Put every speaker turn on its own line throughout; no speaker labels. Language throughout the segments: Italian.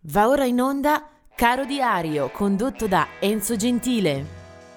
Va ora in onda Caro Diario, condotto da Enzo Gentile.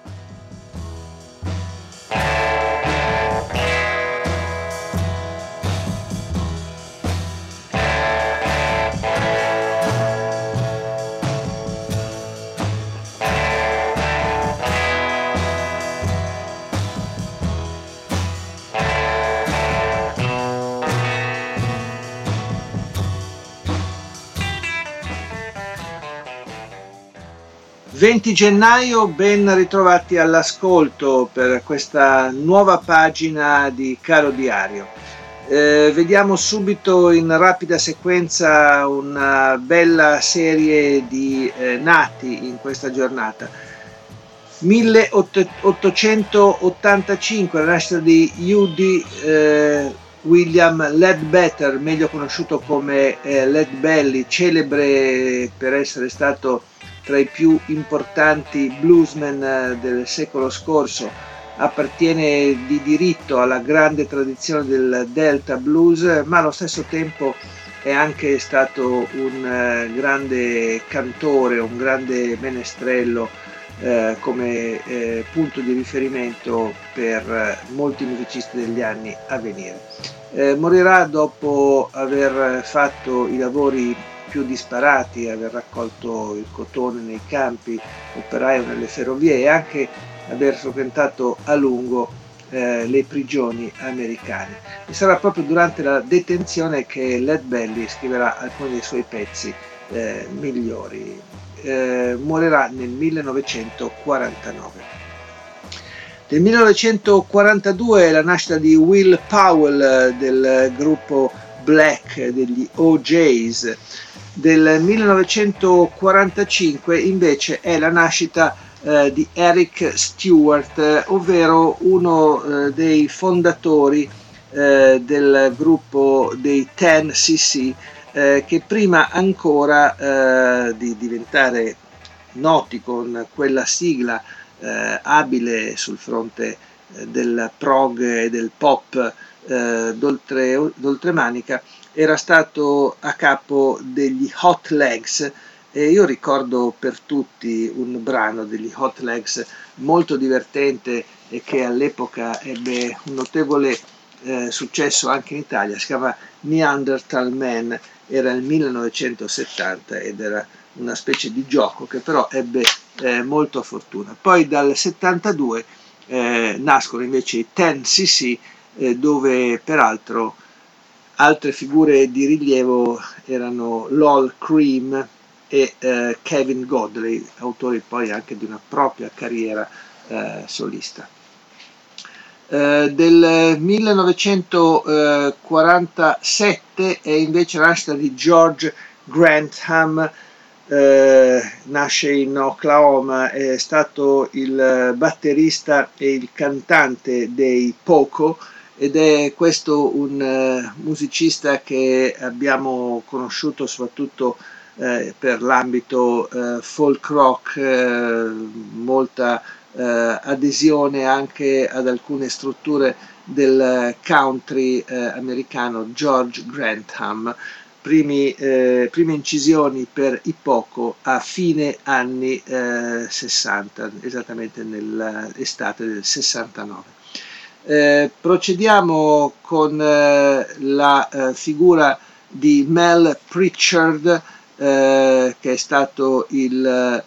Venti gennaio, ben ritrovati all'ascolto per questa nuova pagina di Caro Diario. Vediamo subito in rapida sequenza una bella serie di nati in questa giornata. 1885, la nascita di U.D. William Leadbetter, meglio conosciuto come Lead Belly, celebre per essere stato tra i più importanti bluesmen del secolo scorso. Appartiene di diritto alla grande tradizione del Delta Blues, ma allo stesso tempo è anche stato un grande cantore, un grande menestrello, come punto di riferimento per molti musicisti degli anni a venire. Morirà dopo aver fatto i lavori più disparati, aver raccolto il cotone nei campi, operaio nelle ferrovie e anche aver frequentato a lungo le prigioni americane. E sarà proprio durante la detenzione che Lead Belly scriverà alcuni dei suoi pezzi migliori. Morirà nel 1949. Nel 1942 la nascita di Will Powell del gruppo Black degli OJs. Del 1945 invece è la nascita di Eric Stewart, ovvero uno dei fondatori del gruppo dei 10cc, che prima ancora di diventare noti con quella sigla abile sul fronte del prog e del pop d'oltremanica, era stato a capo degli Hot Legs, e io ricordo per tutti un brano degli Hot Legs molto divertente e che all'epoca ebbe un notevole successo anche in Italia. Si chiama Neanderthal Man, era il 1970 ed era una specie di gioco che però ebbe molta fortuna. Poi dal 72 nascono invece i 10cc, dove peraltro altre figure di rilievo erano Lol Cream e Kevin Godley, autori poi anche di una propria carriera solista. Del 1947 è invece la nascita di George Grantham. Nasce in Oklahoma, è stato il batterista e il cantante dei Poco, ed è questo un musicista che abbiamo conosciuto soprattutto per l'ambito folk rock, molta adesione anche ad alcune strutture del country americano. George Grantham, prime incisioni per i Poco a fine anni 60, esattamente nell'estate del 69. Procediamo con la figura di Mel Pritchard, che è stato il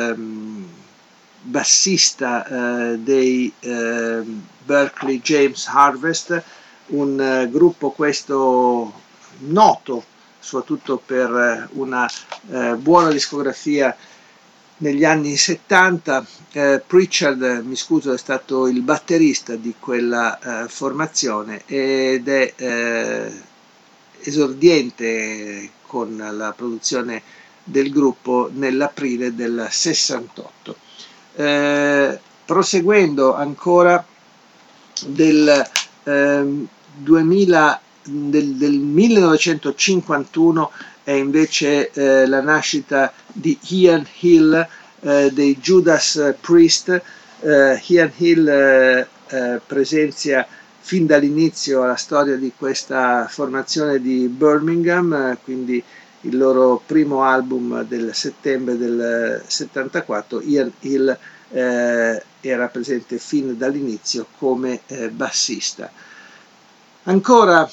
bassista dei Berkeley James Harvest, un gruppo questo noto soprattutto per una buona discografia negli anni 70. Pritchard, mi scuso, è stato il batterista di quella formazione ed è esordiente con la produzione del gruppo nell'aprile del 68. Proseguendo ancora del 1951 è invece la nascita di Ian Hill dei Judas Priest. Ian Hill presenzia fin dall'inizio la storia di questa formazione di Birmingham, quindi il loro primo album del settembre del 74. Ian Hill era presente fin dall'inizio come bassista. Ancora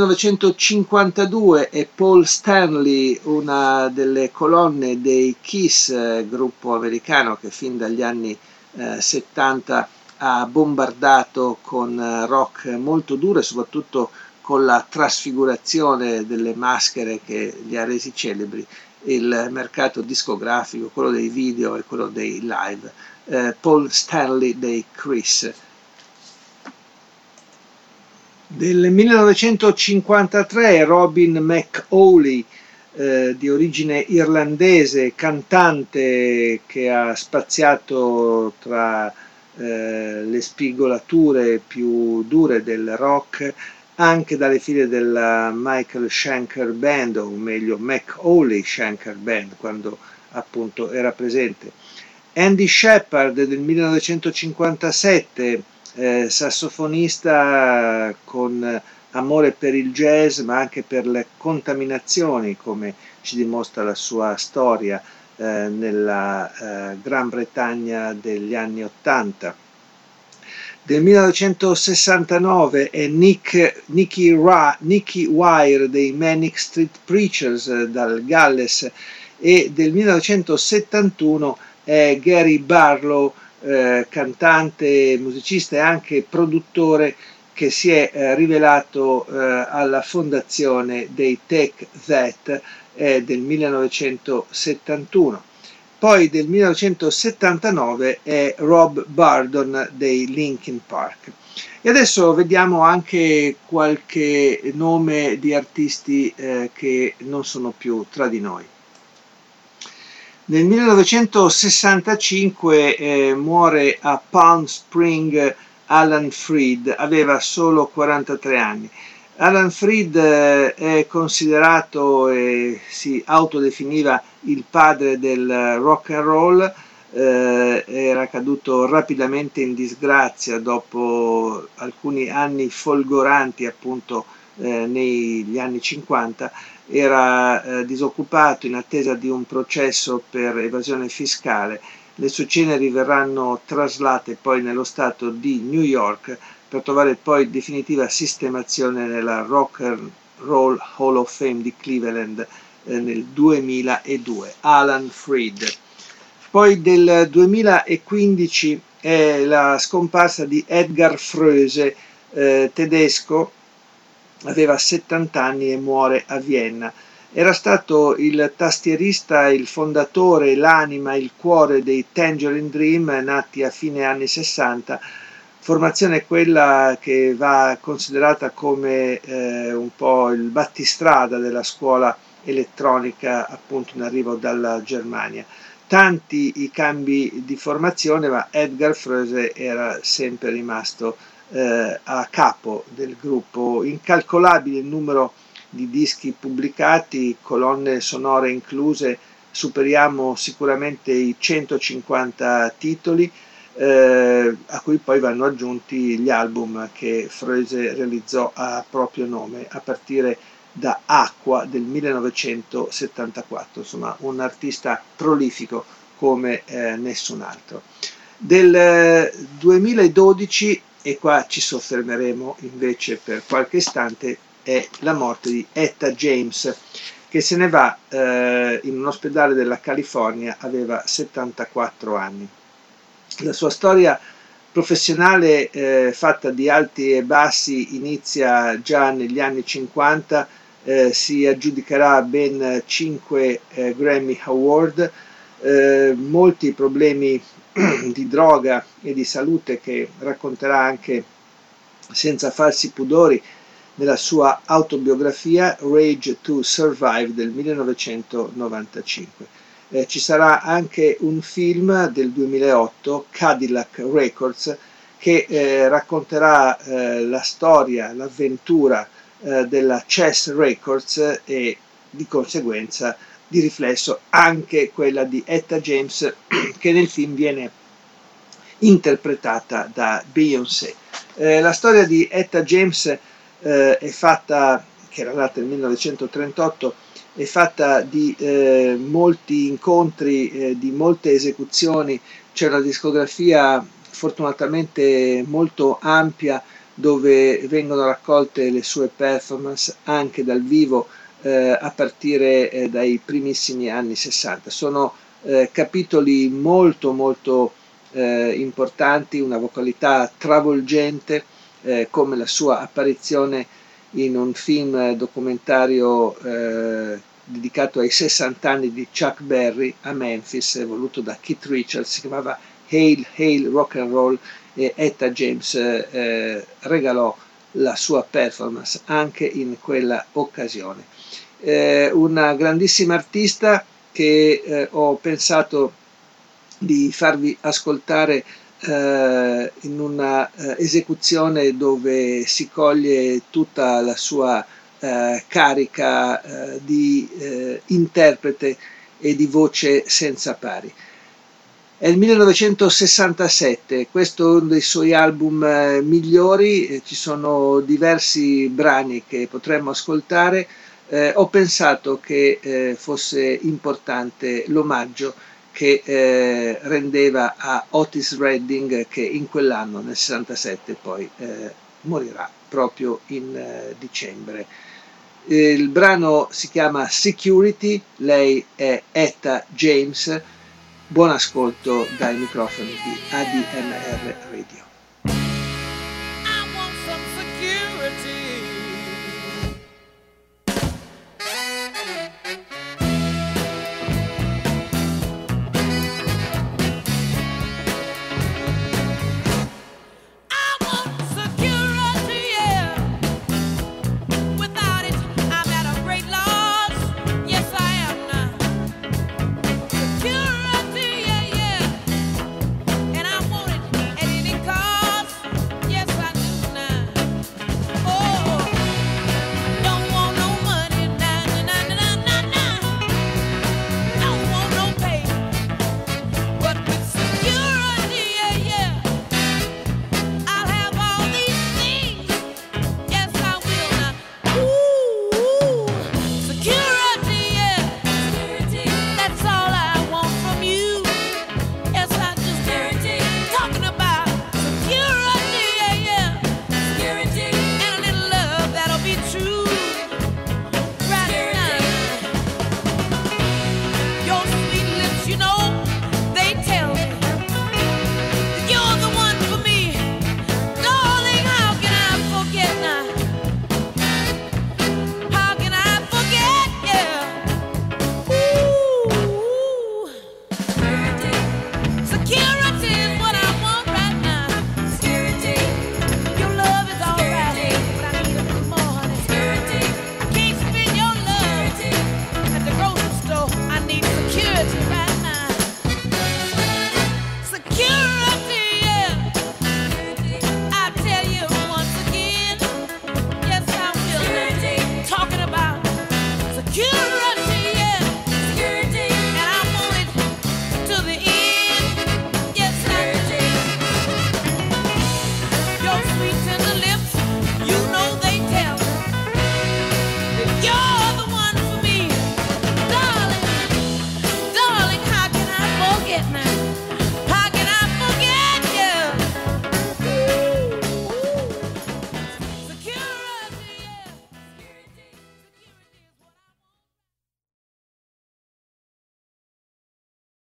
1952 e Paul Stanley, una delle colonne dei Kiss, gruppo americano che fin dagli anni 70 ha bombardato con rock molto duro e soprattutto con la trasfigurazione delle maschere che li ha resi celebri, il mercato discografico, quello dei video e quello dei live. Paul Stanley dei Kiss. Del 1953 Robin McAuley, di origine irlandese, cantante che ha spaziato tra le spigolature più dure del rock, anche dalle file della Michael Schenker Band, o meglio McAuley Schenker Band, quando appunto era presente. Andy Shepard del 1957, sassofonista con amore per il jazz ma anche per le contaminazioni, come ci dimostra la sua storia nella Gran Bretagna degli anni '80. Del 1969 è Nicky Wire dei Manic Street Preachers dal Galles, e del 1971 è Gary Barlow, cantante, musicista e anche produttore, che si è rivelato alla fondazione dei Take That del 1971. Poi del 1979 è Rob Burdon dei Linkin Park. E adesso vediamo anche qualche nome di artisti che non sono più tra di noi. Nel 1965 muore a Palm Springs Alan Freed, aveva solo 43 anni. Alan Freed è considerato e si autodefiniva il padre del rock and roll, era caduto rapidamente in disgrazia dopo alcuni anni folgoranti appunto negli anni 50. Era disoccupato in attesa di un processo per evasione fiscale. Le sue ceneri verranno traslate poi nello stato di New York per trovare poi definitiva sistemazione nella Rock and Roll Hall of Fame di Cleveland nel 2002. Alan Freed. Poi del 2015 è la scomparsa di Edgar Froese, tedesco, aveva 70 anni e muore a Vienna. Era stato il tastierista, il fondatore, l'anima, il cuore dei Tangerine Dream, nati a fine anni 60, formazione quella che va considerata come un po' il battistrada della scuola elettronica appunto in arrivo dalla Germania. Tanti i cambi di formazione, ma Edgar Froese era sempre rimasto a capo del gruppo. Incalcolabile il numero di dischi pubblicati, colonne sonore incluse, superiamo sicuramente i 150 titoli, a cui poi vanno aggiunti gli album che Froese realizzò a proprio nome, a partire da Acqua del 1974, insomma un artista prolifico come nessun altro. Del 2012, e qua ci soffermeremo invece per qualche istante, è la morte di Etta James, che se ne va in un ospedale della California, aveva 74 anni. La sua storia professionale, fatta di alti e bassi, inizia già negli anni 50, si aggiudicherà ben 5 Grammy Award, molti problemi di droga e di salute che racconterà anche senza falsi pudori nella sua autobiografia Rage to Survive del 1995. Ci sarà anche un film del 2008, Cadillac Records, che racconterà la storia, l'avventura della Chess Records e di conseguenza di riflesso anche quella di Etta James, che nel film viene interpretata da Beyoncé. La storia di Etta James è fatta che era nata nel 1938, è fatta di molti incontri, di molte esecuzioni. C'è una discografia fortunatamente molto ampia dove vengono raccolte le sue performance anche dal vivo a partire dai primissimi anni 60. Sono capitoli molto molto importanti, una vocalità travolgente come la sua apparizione in un film documentario dedicato ai 60 anni di Chuck Berry a Memphis, voluto da Keith Richards, si chiamava Hail Hail Rock and Roll, e Etta James regalò la sua performance anche in quella occasione. Una grandissima artista che ho pensato di farvi ascoltare in una esecuzione dove si coglie tutta la sua carica di interprete e di voce senza pari. È il 1967, questo è uno dei suoi album migliori, ci sono diversi brani che potremmo ascoltare. Ho pensato che fosse importante l'omaggio che rendeva a Otis Redding, che in quell'anno, nel 67, poi morirà proprio in dicembre. Il brano si chiama Security, lei è Etta James. Buon ascolto dai microfoni di ADMR Radio.